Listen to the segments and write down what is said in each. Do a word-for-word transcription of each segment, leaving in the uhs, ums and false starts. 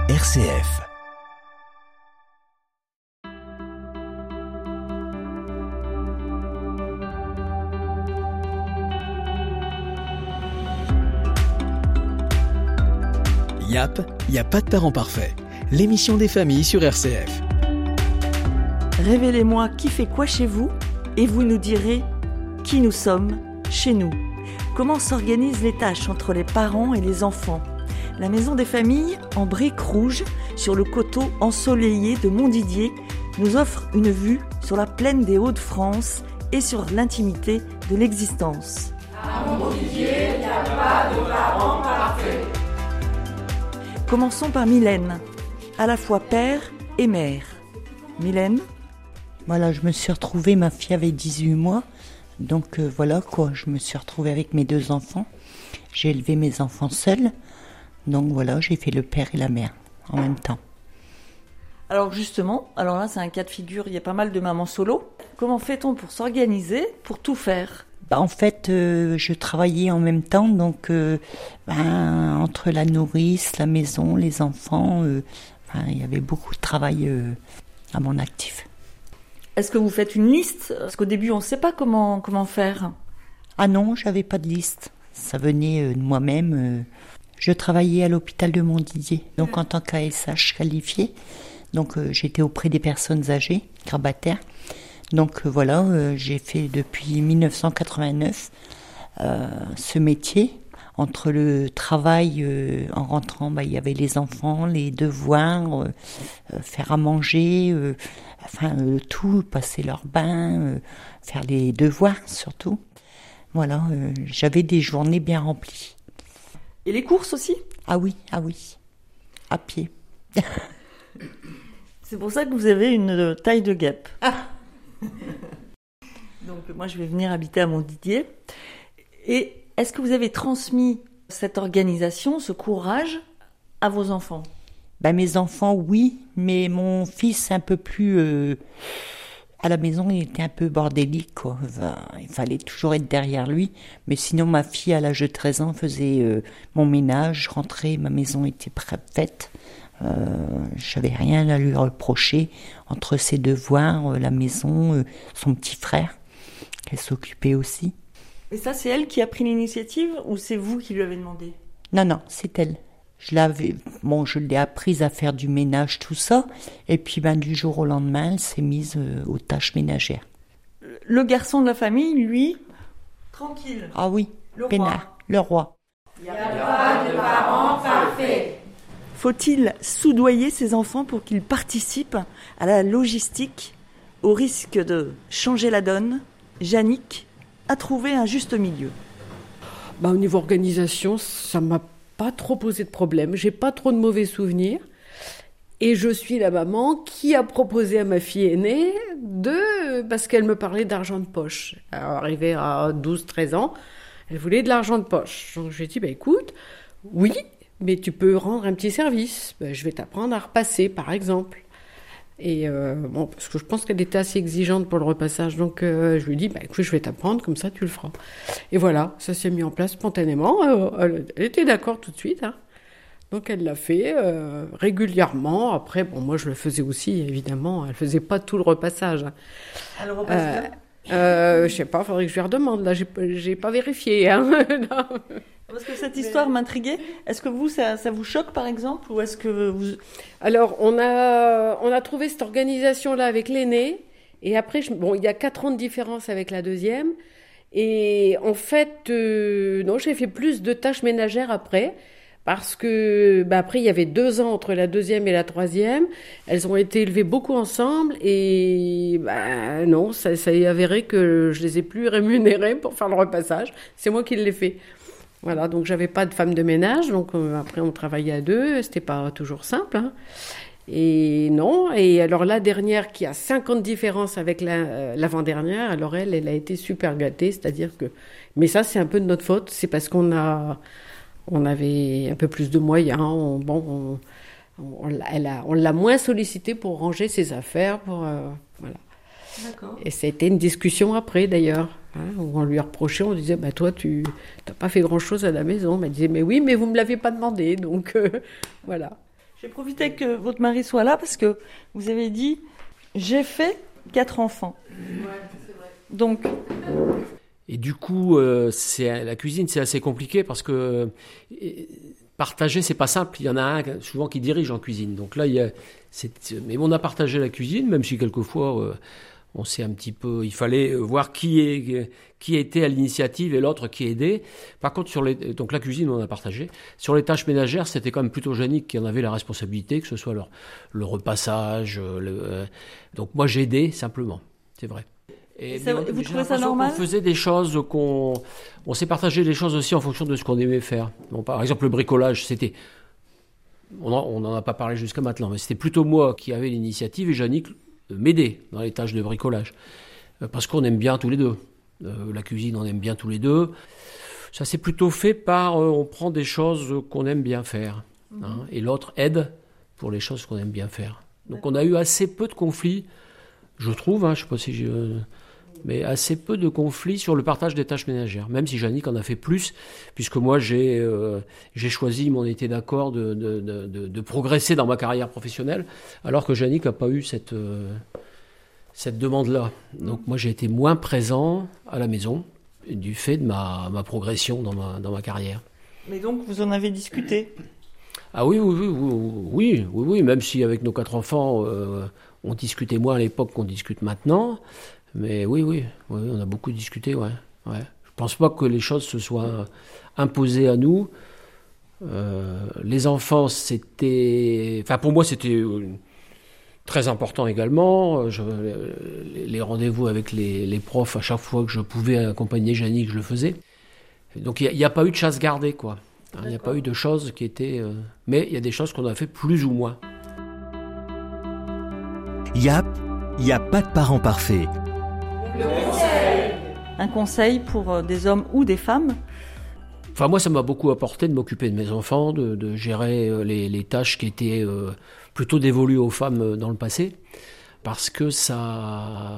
R C F. Yap, y a pas de parents parfaits. L'émission des familles sur R C F. Révélez-moi qui fait quoi chez vous et vous nous direz qui nous sommes chez nous. Comment s'organisent les tâches entre les parents et les enfants. La maison des familles, en briques rouges, sur le coteau ensoleillé de Montdidier, nous offre une vue sur la plaine des Hauts-de-France et sur l'intimité de l'existence. À Montdidier, il n'y a pas de parents parfaits. Commençons par Mylène, à la fois père et mère. Mylène ? Voilà, je me suis retrouvée, ma fille avait dix-huit mois, donc euh, voilà quoi, je me suis retrouvée avec mes deux enfants. J'ai élevé mes enfants seuls, donc voilà, j'ai fait le père et la mère en même temps. Alors justement, alors là c'est un cas de figure, il y a pas mal de mamans solo. Comment fait-on pour s'organiser, pour tout faire ? Bah, en fait, euh, je travaillais en même temps, donc euh, ben, entre la nourrice, la maison, les enfants, euh, ben, il y avait beaucoup de travail euh, à mon actif. Est-ce que vous faites une liste ? Parce qu'au début, on ne sait pas comment, comment faire. Ah non, j'avais pas de liste. Ça venait de moi-même. Euh, je travaillais à l'hôpital de Montdidier, donc en tant qu'A S H qualifiée. Donc euh, j'étais auprès des personnes âgées, grabataires. Donc euh, voilà, euh, j'ai fait depuis dix-neuf cent quatre-vingt-neuf euh, ce métier. Entre le travail, euh, en rentrant, bah, il y avait les enfants, les devoirs, euh, euh, faire à manger, euh, enfin euh, tout, passer leur bain, euh, faire les devoirs surtout. Voilà, euh, j'avais des journées bien remplies. Et les courses aussi ? Ah oui, ah oui, à pied. C'est pour ça que vous avez une taille de guêpe. Ah. Donc moi je vais venir habiter à Montdidier. Et est-ce que vous avez transmis cette organisation, ce courage à vos enfants ? Ben, mes enfants, oui, mais mon fils, un peu plus... Euh, à la maison, il était un peu bordélique, quoi. Enfin, il fallait toujours être derrière lui. Mais sinon, ma fille, à l'âge de treize ans, faisait euh, mon ménage. Je rentrais, ma maison était faite. Euh, j'avais rien à lui reprocher. Entre ses devoirs, euh, la maison, euh, son petit frère, qu'elle s'occupait aussi. Et ça, c'est elle qui a pris l'initiative ou c'est vous qui lui avez demandé ? Non, non, c'est elle. Je l'avais, bon, je l'ai apprise à faire du ménage, tout ça. Et puis, ben, du jour au lendemain, elle s'est mise euh, aux tâches ménagères. Le garçon de la famille, lui, tranquille. Ah oui, le peinard, roi. le roi. Il n'y a pas de parents parfaits. Faut-il soudoyer ses enfants pour qu'ils participent à la logistique au risque de changer la donne ? Jannick a trouvé un juste milieu. Bah, au niveau organisation, ça m'a pas trop posé de problème. J'ai pas trop de mauvais souvenirs. Et je suis la maman qui a proposé à ma fille aînée de, parce qu'elle me parlait d'argent de poche. Alors, arrivée à douze treize ans, elle voulait de l'argent de poche. Donc, je lui ai dit, bah, écoute, oui, mais tu peux rendre un petit service. Bah, je vais t'apprendre à repasser, par exemple. Et euh, bon, parce que je pense qu'elle était assez exigeante pour le repassage, donc euh, je lui ai dit, bah, écoute, je vais t'apprendre, comme ça tu le feras. Et voilà, ça s'est mis en place spontanément, euh, elle, elle était d'accord tout de suite, hein. Donc elle l'a fait euh, régulièrement. Après, bon, moi je le faisais aussi, évidemment, elle faisait pas tout le repassage. Hein. Elle repasse euh, bien euh, Je sais pas, faudrait que je lui redemande, là, j'ai, j'ai pas vérifié. Hein. Parce que cette histoire m'intriguait. Est-ce que vous, ça, ça vous choque, par exemple, ou est-ce que vous... Alors, on a, on a trouvé cette organisation-là avec l'aîné, et après, je, bon, il y a quatre ans de différence avec la deuxième, et en fait, euh, non, j'ai fait plus de tâches ménagères après, parce que, bah, après, il y avait deux ans entre la deuxième et la troisième, elles ont été élevées beaucoup ensemble, et bah, non, ça, ça est avéré que je les ai plus rémunérées pour faire le repassage, c'est moi qui l'ai fait. Voilà, donc j'avais pas de femme de ménage, donc euh, après on travaillait à deux, c'était pas toujours simple. Hein. Et non, et alors la dernière qui a cinq ans de différence avec la, euh, l'avant-dernière, alors elle, elle a été super gâtée, c'est-à-dire que... Mais ça, c'est un peu de notre faute, c'est parce qu'on a, on avait un peu plus de moyens, on, bon, on, on, elle a, on l'a moins sollicitée pour ranger ses affaires, pour... Euh, voilà. D'accord. Et ça a été une discussion après, d'ailleurs, hein, où on lui reprochait, on disait, bah, toi, tu n'as pas fait grand-chose à la maison. Elle disait, mais oui, mais vous ne me l'avez pas demandé, donc euh, voilà. J'ai profité que votre mari soit là parce que vous avez dit j'ai fait quatre enfants. Ouais, c'est vrai. Donc. Et du coup, euh, c'est, la cuisine, c'est assez compliqué parce que euh, partager, c'est pas simple. Il y en a un souvent qui dirige en cuisine. Donc là, il y a, c'est, mais on a partagé la cuisine, même si quelquefois, euh, on s'est un petit peu. Il fallait voir qui est qui était à l'initiative et l'autre qui aidait. Par contre, sur les, donc la cuisine, on a partagé. Sur les tâches ménagères, c'était quand même plutôt Jannick qui en avait la responsabilité, que ce soit leur, le repassage. Le, euh, donc moi, j'ai aidé simplement. C'est vrai. Et ça, on, vous trouvez ça normal ? On faisait des choses qu'on, on s'est partagé des choses aussi en fonction de ce qu'on aimait faire. Bon, par exemple, le bricolage, c'était, on n'en a pas parlé jusqu'à maintenant, mais c'était plutôt moi qui avais l'initiative et Jannick m'aidait dans les tâches de bricolage, parce qu'on aime bien tous les deux. Euh, la cuisine, on aime bien tous les deux. Ça s'est plutôt fait par, euh, on prend des choses qu'on aime bien faire, hein, mmh. et l'autre aide pour les choses qu'on aime bien faire. Donc D'accord. On a eu assez peu de conflits, je trouve, hein, je ne sais pas si j'ai... Euh, mais assez peu de conflits sur le partage des tâches ménagères, même si Jannick en a fait plus, puisque moi j'ai, euh, j'ai choisi, mon été d'accord, de, de, de, de, de progresser dans ma carrière professionnelle, alors que Jannick n'a pas eu cette, euh, cette demande-là. Donc moi j'ai été moins présent à la maison, du fait de ma, ma progression dans ma, dans ma carrière. Mais donc vous en avez discuté ? Ah oui, oui, oui, oui, oui, oui, oui, même si avec nos quatre enfants, euh, on discutait moins à l'époque qu'on discute maintenant. Mais oui, oui, oui, on a beaucoup discuté, ouais. ouais. Je pense pas que les choses se soient imposées à nous. Euh, les enfants, c'était... Enfin, pour moi, c'était très important également. Je, les rendez-vous avec les, les profs, à chaque fois que je pouvais accompagner Jannick, je le faisais. Donc, il n'y a, a pas eu de chasse gardée, quoi. Il n'y a pas eu de choses qui étaient... Euh... Mais il y a des choses qu'on a fait plus ou moins. Il y a, il y a pas de parents parfaits. Le conseil. Un conseil pour des hommes ou des femmes ? Enfin, moi, ça m'a beaucoup apporté de m'occuper de mes enfants, de, de gérer les, les tâches qui étaient euh, plutôt dévolues aux femmes dans le passé, parce que ça...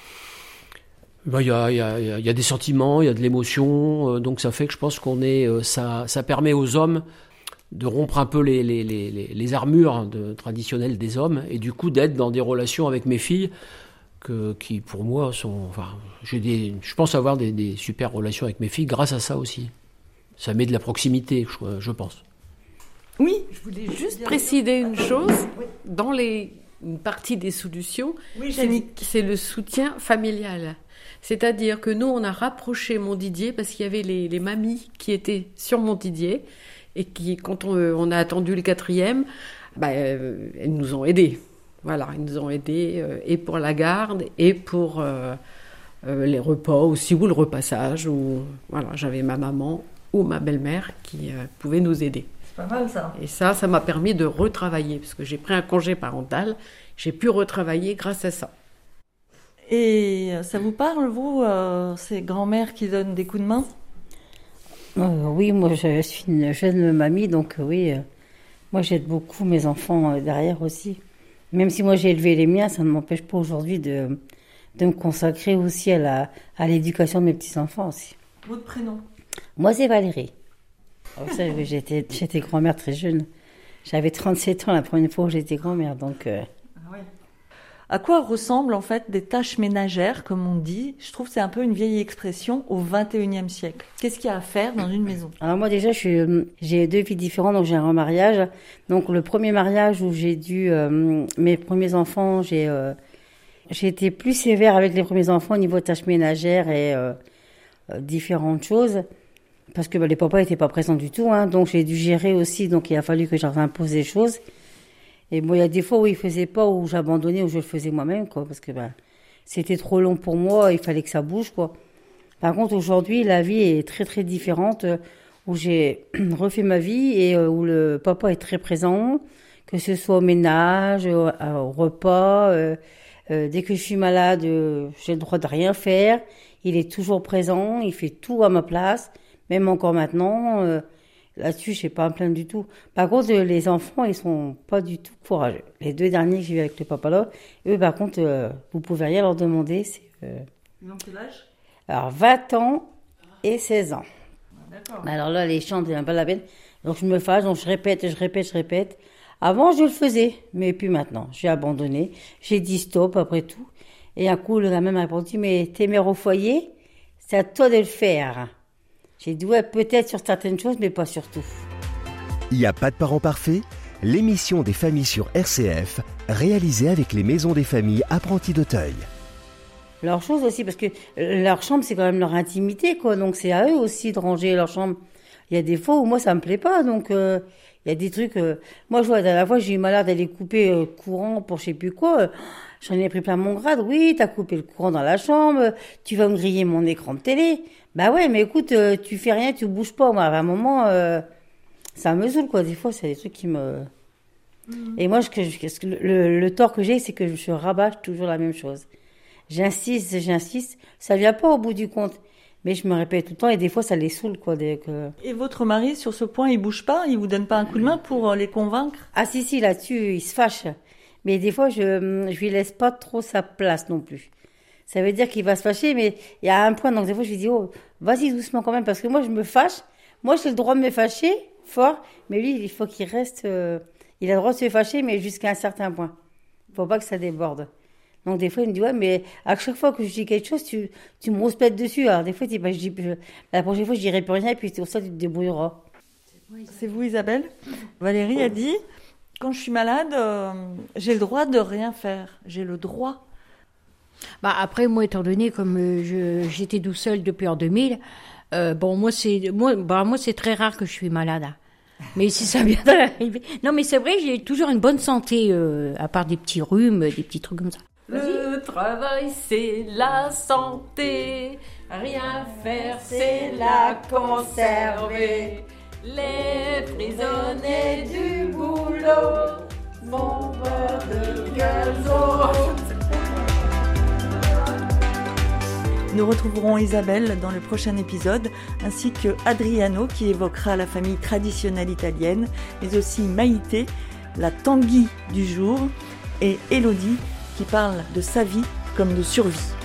Il ben, y, a, y, a, y a des sentiments, il y a de l'émotion, euh, donc ça fait que je pense qu'on est... Euh, ça, ça permet aux hommes de rompre un peu les, les, les, les armures de, traditionnelles des hommes, et du coup d'être dans des relations avec mes filles, Que, qui pour moi sont, enfin, j'ai des, je pense avoir des, des super relations avec mes filles grâce à ça aussi. Ça met de la proximité, je, je pense. Oui, je voulais juste préciser une chose. Dans les, une partie des solutions, oui, c'est, c'est le soutien familial. C'est-à-dire que nous, on a rapproché Montdidier parce qu'il y avait les, les mamies qui étaient sur Montdidier et qui, quand on, on a attendu le quatrième, bah, euh, elles nous ont aidés. Voilà, ils nous ont aidés euh, et pour la garde et pour euh, euh, les repas aussi, ou le repassage. Ou, voilà, j'avais ma maman ou ma belle-mère qui euh, pouvaient nous aider. C'est pas mal ça. Et ça, ça m'a permis de retravailler, parce que j'ai pris un congé parental, j'ai pu retravailler grâce à ça. Et ça vous parle, vous, euh, ces grands-mères qui donnent des coups de main ? euh, Oui, moi je suis une jeune mamie, donc euh, oui, euh, moi j'aide beaucoup mes enfants euh, derrière aussi. Même si moi j'ai élevé les miens, ça ne m'empêche pas aujourd'hui de, de me consacrer aussi à, la, à l'éducation de mes petits-enfants aussi. Votre prénom ? Moi c'est Valérie. Alors ça, j'étais, j'étais grand-mère très jeune. J'avais trente-sept ans la première fois où j'étais grand-mère. Donc, euh... ah ouais. À quoi ressemblent en fait des tâches ménagères, comme on dit ? Je trouve que c'est un peu une vieille expression au vingt et unième siècle. Qu'est-ce qu'il y a à faire dans une maison ? Alors moi déjà, je suis, j'ai deux vies différentes, donc j'ai un remariage. Donc le premier mariage où j'ai dû... Euh, mes premiers enfants, j'ai, euh, j'ai été plus sévère avec les premiers enfants au niveau tâches ménagères et euh, euh, différentes choses. Parce que bah, les papas n'étaient pas présents du tout, hein, donc j'ai dû gérer aussi, donc il a fallu que je leur impose des choses. Et bon, il y a des fois où ils ne faisaient pas, où j'abandonnais, où je le faisais moi-même, quoi, parce que bah, c'était trop long pour moi, il fallait que ça bouge, quoi. Par contre, aujourd'hui, la vie est très très différente, où j'ai refait ma vie et où le papa est très présent, que ce soit au ménage, au, au repas, euh, euh, dès que je suis malade, euh, j'ai le droit de rien faire. Il est toujours présent, il fait tout à ma place. Même encore maintenant, euh, là-dessus, je ne sais pas à me plaindre du tout. Par contre, euh, les enfants, ils ne sont pas du tout courageux. Les deux derniers que j'ai eu avec le papa là, eux, par contre, euh, vous ne pouvez rien leur demander. C'est, euh... Ils ont quel âge ? Alors, vingt ans et seize ans. Ah, d'accord. Alors là, les chants, c'est un peu la peine. Donc, je me fâche, donc je répète, je répète, je répète. Avant, je le faisais, mais puis maintenant, j'ai abandonné. J'ai dit stop après tout. Et un coup, le gamin m'a répondu, mais t'es mère au foyer, c'est à toi de le faire. J'ai dit, ouais, peut-être sur certaines choses, mais pas sur tout. Il n'y a pas de parents parfaits, l'émission des familles sur R C F, réalisée avec les maisons des familles apprenties d'Auteuil. Leur chose aussi, parce que leur chambre, c'est quand même leur intimité, quoi. Donc, c'est à eux aussi de ranger leur chambre. Il y a des fois où moi, ça me plaît pas, donc... Euh, il y a des trucs... Euh, moi, je vois, la dernière fois, j'ai eu malheur d'aller couper euh, courant pour je sais plus quoi. Euh, j'en ai pris plein mon grade. Oui, t'as coupé le courant dans la chambre. Tu vas me griller mon écran de télé. Bah ouais, mais écoute, euh, tu fais rien, tu bouges pas. Moi, à un moment, euh, ça me saoule, quoi. Des fois, c'est des trucs qui me... Mmh. Et moi, je, je, le, le tort que j'ai, c'est que je rabâche toujours la même chose. J'insiste, j'insiste. Ça vient pas au bout du compte. Mais je me répète tout le temps et des fois ça les saoule, quoi. Dès que... Et votre mari, sur ce point, il bouge pas? Il vous donne pas un coup de main pour les convaincre? Ah si, si, là-dessus, il se fâche. Mais des fois, je je lui laisse pas trop sa place non plus. Ça veut dire qu'il va se fâcher, mais il y a un point, donc des fois je lui dis, oh, vas-y doucement quand même, parce que moi je me fâche. Moi j'ai le droit de me fâcher, fort, mais lui, il faut qu'il reste... Euh... Il a le droit de se fâcher, mais jusqu'à un certain point. Il faut pas que ça déborde. Donc, des fois, il me dit, ouais, mais à chaque fois que je dis quelque chose, tu, tu me rouspètes dessus. Alors, des fois, il dit, bah, je dis, je, la prochaine fois, je dirai plus rien, et puis pour ça, tu te débrouilleras. C'est vous, Isabelle? Valérie a dit, quand je suis malade, euh, j'ai le droit de rien faire. J'ai le droit. Bah, après, moi, étant donné, comme euh, je, j'étais douce seule depuis en deux mille, euh, bon, moi, c'est, moi, bah, moi, c'est très rare que je suis malade. Mais si ça vient d'arriver. Non, mais c'est vrai, j'ai toujours une bonne santé, euh, à part des petits rhumes, des petits trucs comme ça. Le travail, c'est la santé. Rien faire, c'est la conserver. Les prisonniers du boulot font peur de gueules aux... Nous retrouverons Isabelle dans le prochain épisode, ainsi que Adriano qui évoquera la famille traditionnelle italienne, mais aussi Maïté, la Tanguy du jour, et Élodie qui parle de sa vie comme de survie.